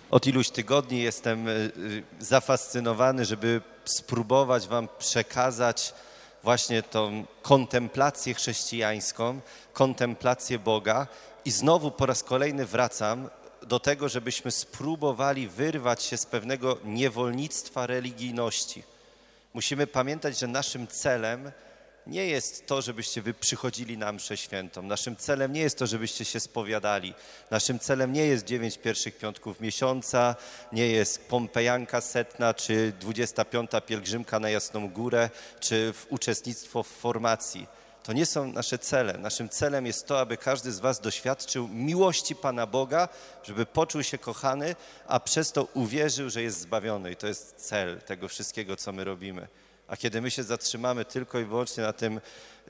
Od iluś tygodni jestem zafascynowany, żeby spróbować wam przekazać właśnie tą kontemplację chrześcijańską, kontemplację Boga i znowu po raz kolejny wracam do tego, żebyśmy spróbowali wyrwać się z pewnego niewolnictwa religijności. Musimy pamiętać, że naszym celem nie jest to, żebyście wy przychodzili na mszę świętą. Naszym celem nie jest to, żebyście się spowiadali. Naszym celem nie jest 9 pierwszych piątków miesiąca, nie jest Pompejanka setna, czy 25. pielgrzymka na Jasną Górę, czy uczestnictwo w formacji. To nie są nasze cele. Naszym celem jest to, aby każdy z was doświadczył miłości Pana Boga, żeby poczuł się kochany, a przez to uwierzył, że jest zbawiony. I to jest cel tego wszystkiego, co my robimy. A kiedy my się zatrzymamy tylko i wyłącznie na tym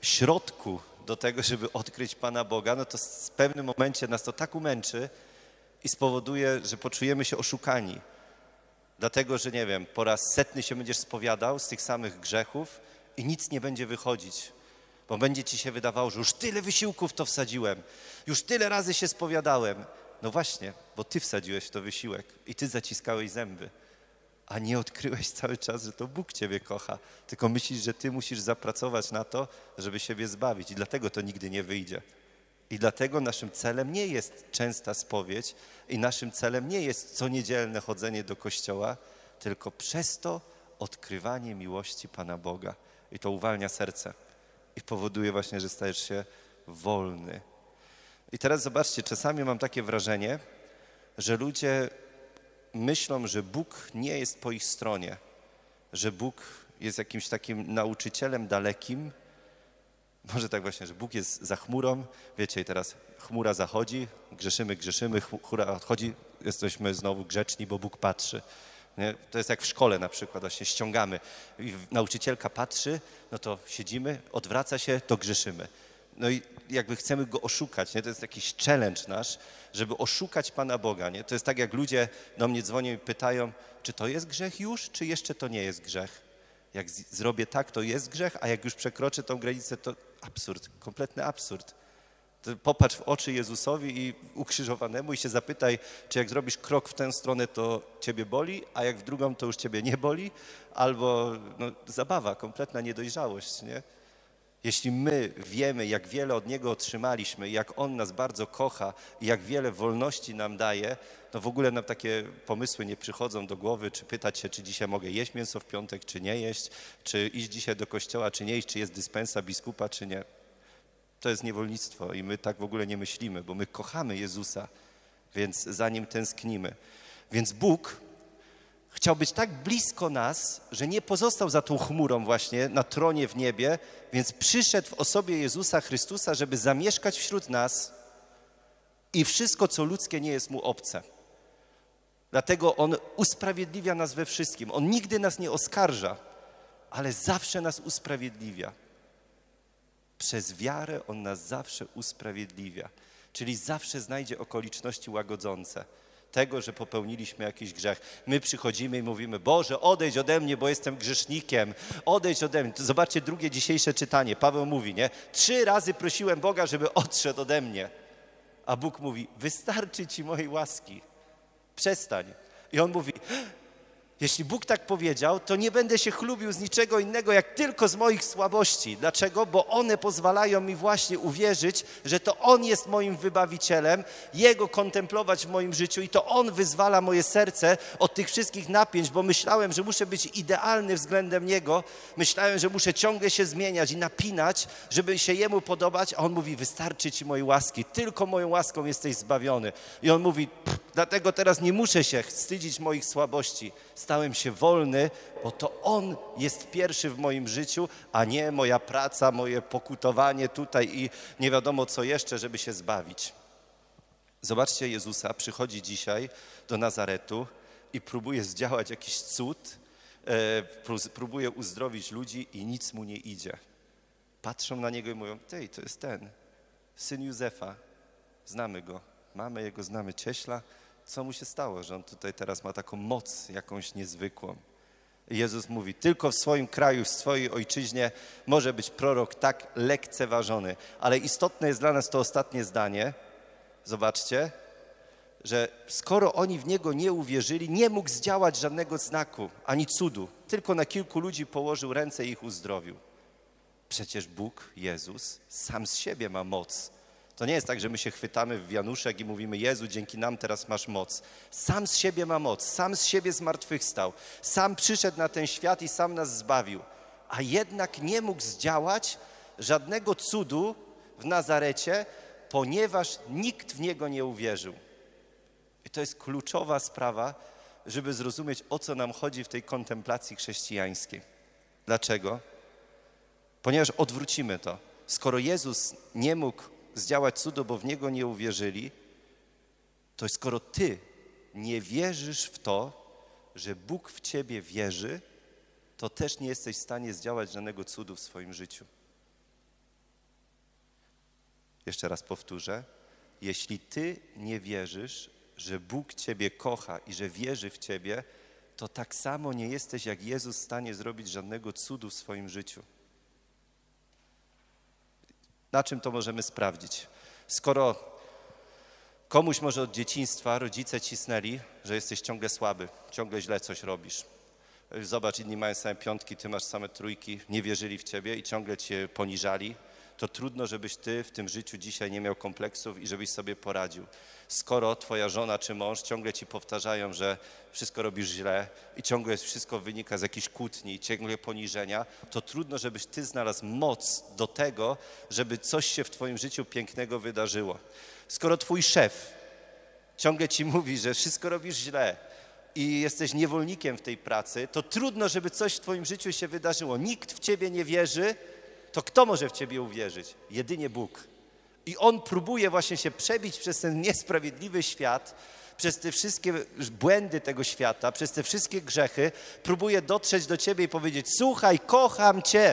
środku do tego, żeby odkryć Pana Boga, no to w pewnym momencie nas to tak umęczy i spowoduje, że poczujemy się oszukani. Dlatego, że nie wiem, po raz setny się będziesz spowiadał z tych samych grzechów i nic nie będzie wychodzić. Bo będzie ci się wydawało, że już tyle wysiłków w to wsadziłem, już tyle razy się spowiadałem. No właśnie, bo ty wsadziłeś w to wysiłek i ty zaciskałeś zęby. A nie odkryłeś cały czas, że to Bóg ciebie kocha, tylko myślisz, że ty musisz zapracować na to, żeby siebie zbawić i dlatego to nigdy nie wyjdzie. I dlatego naszym celem nie jest częsta spowiedź i naszym celem nie jest coniedzielne chodzenie do kościoła, tylko przez to odkrywanie miłości Pana Boga. I to uwalnia serce i powoduje właśnie, że stajesz się wolny. I teraz zobaczcie, czasami mam takie wrażenie, że ludzie myślą, że Bóg nie jest po ich stronie, że Bóg jest jakimś takim nauczycielem dalekim. Może tak właśnie, że Bóg jest za chmurą, wiecie, i teraz chmura zachodzi, grzeszymy, chmura odchodzi, jesteśmy znowu grzeczni, bo Bóg patrzy. Nie? To jest jak w szkole na przykład, właśnie ściągamy i nauczycielka patrzy, no to siedzimy, odwraca się, to grzeszymy. No i jakby chcemy go oszukać, nie? To jest jakiś challenge nasz, żeby oszukać Pana Boga, nie? To jest tak, jak ludzie do mnie dzwonią i pytają, czy to jest grzech już, czy jeszcze to nie jest grzech? Jak zrobię tak, to jest grzech, a jak już przekroczę tą granicę, to absurd, kompletny absurd. To popatrz w oczy Jezusowi i ukrzyżowanemu i się zapytaj, czy jak zrobisz krok w tę stronę, to ciebie boli, a jak w drugą, to już ciebie nie boli, albo no, zabawa, kompletna niedojrzałość, nie? Jeśli my wiemy, jak wiele od Niego otrzymaliśmy, jak On nas bardzo kocha i jak wiele wolności nam daje, to w ogóle nam takie pomysły nie przychodzą do głowy, czy pytać się, czy dzisiaj mogę jeść mięso w piątek, czy nie jeść, czy iść dzisiaj do kościoła, czy nie iść, czy jest dyspensa biskupa, czy nie. To jest niewolnictwo i my tak w ogóle nie myślimy, bo my kochamy Jezusa, więc za Nim tęsknimy. Więc Bóg chciał być tak blisko nas, że nie pozostał za tą chmurą właśnie na tronie w niebie, więc przyszedł w osobie Jezusa Chrystusa, żeby zamieszkać wśród nas i wszystko, co ludzkie, nie jest Mu obce. Dlatego On usprawiedliwia nas we wszystkim. On nigdy nas nie oskarża, ale zawsze nas usprawiedliwia. Przez wiarę On nas zawsze usprawiedliwia, czyli zawsze znajdzie okoliczności łagodzące tego, że popełniliśmy jakiś grzech. My przychodzimy i mówimy, Boże, odejdź ode mnie, bo jestem grzesznikiem, odejdź ode mnie. Zobaczcie drugie dzisiejsze czytanie. Paweł mówi, nie? 3 razy prosiłem Boga, żeby odszedł ode mnie. A Bóg mówi, wystarczy Ci mojej łaski, przestań. I On mówi, jeśli Bóg tak powiedział, to nie będę się chlubił z niczego innego, jak tylko z moich słabości. Dlaczego? Bo one pozwalają mi właśnie uwierzyć, że to On jest moim wybawicielem, Jego kontemplować w moim życiu i to On wyzwala moje serce od tych wszystkich napięć, bo myślałem, że muszę być idealny względem Niego, myślałem, że muszę ciągle się zmieniać i napinać, żeby się Jemu podobać, a On mówi, wystarczy Ci mojej łaski, tylko moją łaską jesteś zbawiony. I On mówi, dlatego teraz nie muszę się wstydzić moich słabości. Stałem się wolny, bo to On jest pierwszy w moim życiu, a nie moja praca, moje pokutowanie tutaj i nie wiadomo co jeszcze, żeby się zbawić. Zobaczcie Jezusa, przychodzi dzisiaj do Nazaretu i próbuje zdziałać jakiś cud, próbuje uzdrowić ludzi i nic mu nie idzie. Patrzą na Niego i mówią, tej, to jest ten, syn Józefa, znamy go, mamy jego, znamy cieśla. Co mu się stało, że on tutaj teraz ma taką moc jakąś niezwykłą? I Jezus mówi, tylko w swoim kraju, w swojej ojczyźnie może być prorok tak lekceważony. Ale istotne jest dla nas to ostatnie zdanie. Zobaczcie, że skoro oni w Niego nie uwierzyli, nie mógł zdziałać żadnego znaku, ani cudu. Tylko na kilku ludzi położył ręce i ich uzdrowił. Przecież Bóg, Jezus, sam z siebie ma moc. To nie jest tak, że my się chwytamy w wianuszek i mówimy: Jezu, dzięki nam teraz masz moc. Sam z siebie ma moc, sam z siebie zmartwychwstał, sam przyszedł na ten świat i sam nas zbawił. A jednak nie mógł zdziałać żadnego cudu w Nazarecie, ponieważ nikt w Niego nie uwierzył. I to jest kluczowa sprawa, żeby zrozumieć, o co nam chodzi w tej kontemplacji chrześcijańskiej. Dlaczego? Ponieważ odwrócimy to. Skoro Jezus nie mógł zdziałać cudu, bo w Niego nie uwierzyli, to skoro ty nie wierzysz w to, że Bóg w ciebie wierzy, to też nie jesteś w stanie zdziałać żadnego cudu w swoim życiu. Jeszcze raz powtórzę. Jeśli ty nie wierzysz, że Bóg ciebie kocha i że wierzy w ciebie, to tak samo nie jesteś jak Jezus w stanie zrobić żadnego cudu w swoim życiu. Na czym to możemy sprawdzić? Skoro komuś może od dzieciństwa rodzice cisnęli, że jesteś ciągle słaby, ciągle źle coś robisz. Zobacz, inni mają same piątki, ty masz same trójki, nie wierzyli w ciebie i ciągle cię poniżali, to trudno, żebyś ty w tym życiu dzisiaj nie miał kompleksów i żebyś sobie poradził. Skoro twoja żona czy mąż ciągle ci powtarzają, że wszystko robisz źle i ciągle wszystko wynika z jakichś kłótni, ciągle poniżenia, to trudno, żebyś ty znalazł moc do tego, żeby coś się w twoim życiu pięknego wydarzyło. Skoro twój szef ciągle ci mówi, że wszystko robisz źle i jesteś niewolnikiem w tej pracy, to trudno, żeby coś w twoim życiu się wydarzyło. Nikt w ciebie nie wierzy, to kto może w ciebie uwierzyć? Jedynie Bóg. I On próbuje właśnie się przebić przez ten niesprawiedliwy świat, przez te wszystkie błędy tego świata, przez te wszystkie grzechy, próbuje dotrzeć do ciebie i powiedzieć: słuchaj, kocham cię.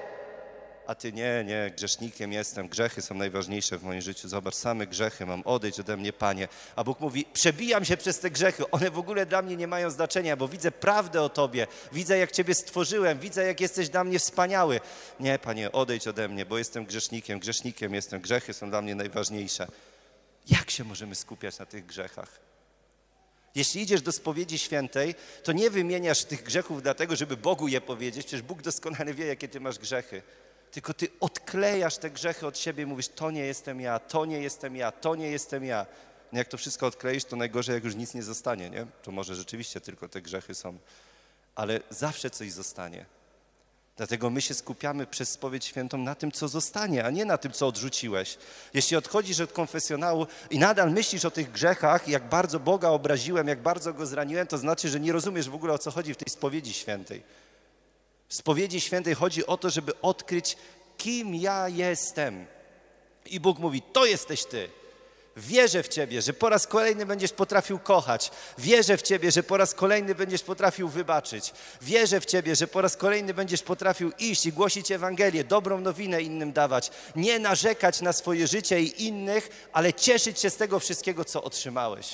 A ty: nie, grzesznikiem jestem, grzechy są najważniejsze w moim życiu, zobacz, same grzechy mam, odejdź ode mnie, Panie. A Bóg mówi: przebijam się przez te grzechy, one w ogóle dla mnie nie mają znaczenia, bo widzę prawdę o Tobie, widzę, jak Ciebie stworzyłem, widzę, jak jesteś dla mnie wspaniały. Nie, Panie, odejdź ode mnie, bo jestem grzesznikiem jestem, grzechy są dla mnie najważniejsze. Jak się możemy skupiać na tych grzechach? Jeśli idziesz do spowiedzi świętej, to nie wymieniasz tych grzechów dlatego, żeby Bogu je powiedzieć, przecież Bóg doskonale wie, jakie ty masz grzechy. Tylko ty odklejasz te grzechy od siebie i mówisz: to nie jestem ja, to nie jestem ja, to nie jestem ja. No jak to wszystko odkleisz, to najgorzej, jak już nic nie zostanie, nie? To może rzeczywiście tylko te grzechy są, ale zawsze coś zostanie. Dlatego my się skupiamy przez spowiedź świętą na tym, co zostanie, a nie na tym, co odrzuciłeś. Jeśli odchodzisz od konfesjonału i nadal myślisz o tych grzechach, jak bardzo Boga obraziłem, jak bardzo Go zraniłem, to znaczy, że nie rozumiesz w ogóle, o co chodzi w tej spowiedzi świętej. W spowiedzi świętej chodzi o to, żeby odkryć, kim ja jestem. I Bóg mówi: to jesteś ty. Wierzę w ciebie, że po raz kolejny będziesz potrafił kochać. Wierzę w ciebie, że po raz kolejny będziesz potrafił wybaczyć. Wierzę w ciebie, że po raz kolejny będziesz potrafił iść i głosić Ewangelię, dobrą nowinę innym dawać. Nie narzekać na swoje życie i innych, ale cieszyć się z tego wszystkiego, co otrzymałeś.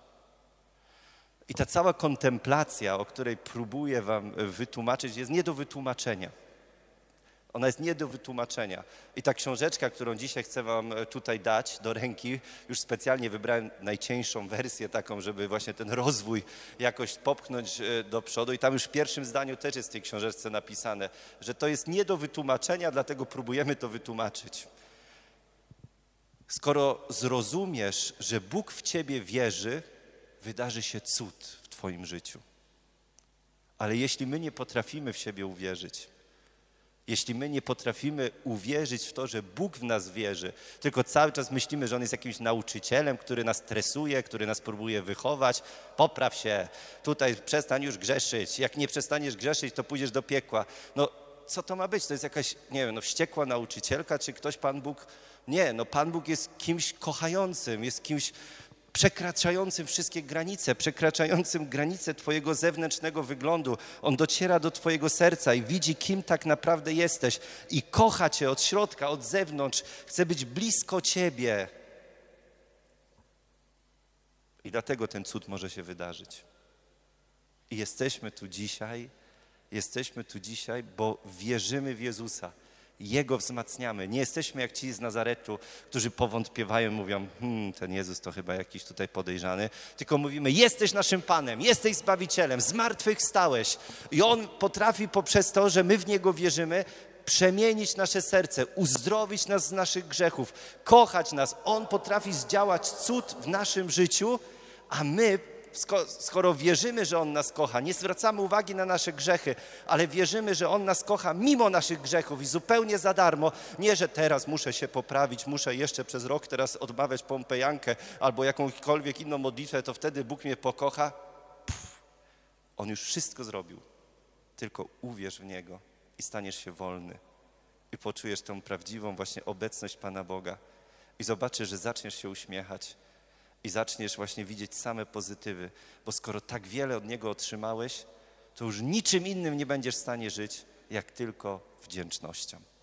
I ta cała kontemplacja, o której próbuję wam wytłumaczyć, jest nie do wytłumaczenia. Ona jest nie do wytłumaczenia. I ta książeczka, którą dzisiaj chcę wam tutaj dać do ręki, już specjalnie wybrałem najcieńszą wersję taką, żeby właśnie ten rozwój jakoś popchnąć do przodu. I tam już w pierwszym zdaniu też jest w tej książeczce napisane, że to jest nie do wytłumaczenia, dlatego próbujemy to wytłumaczyć. Skoro zrozumiesz, że Bóg w ciebie wierzy, wydarzy się cud w twoim życiu. Ale jeśli my nie potrafimy w siebie uwierzyć, jeśli my nie potrafimy uwierzyć w to, że Bóg w nas wierzy, tylko cały czas myślimy, że On jest jakimś nauczycielem, który nas stresuje, który nas próbuje wychować, popraw się, tutaj przestań już grzeszyć, jak nie przestaniesz grzeszyć, to pójdziesz do piekła. No co to ma być? To jest jakaś, nie wiem, wściekła nauczycielka, czy ktoś Pan Bóg? Nie, Pan Bóg jest kimś kochającym, jest kimś przekraczającym wszystkie granice, przekraczającym granice twojego zewnętrznego wyglądu. On dociera do twojego serca i widzi, kim tak naprawdę jesteś i kocha cię od środka, od zewnątrz. Chce być blisko ciebie. I dlatego ten cud może się wydarzyć. I jesteśmy tu dzisiaj, bo wierzymy w Jezusa. Jego wzmacniamy. Nie jesteśmy jak ci z Nazaretu, którzy powątpiewają, mówią, ten Jezus to chyba jakiś tutaj podejrzany, tylko mówimy, jesteś naszym Panem, jesteś Zbawicielem, zmartwychwstałeś. I On potrafi poprzez to, że my w Niego wierzymy, przemienić nasze serce, uzdrowić nas z naszych grzechów, kochać nas. On potrafi zdziałać cud w naszym życiu, a my, skoro wierzymy, że On nas kocha, nie zwracamy uwagi na nasze grzechy, ale wierzymy, że On nas kocha mimo naszych grzechów i zupełnie za darmo. Nie, że teraz muszę się poprawić, muszę jeszcze przez rok teraz odmawiać pompejankę albo jakąkolwiek inną modlitwę, to wtedy Bóg mnie pokocha. On już wszystko zrobił. Tylko uwierz w Niego i staniesz się wolny. I poczujesz tą prawdziwą właśnie obecność Pana Boga. I zobaczysz, że zaczniesz się uśmiechać. I zaczniesz właśnie widzieć same pozytywy, bo skoro tak wiele od Niego otrzymałeś, to już niczym innym nie będziesz w stanie żyć, jak tylko wdzięcznością.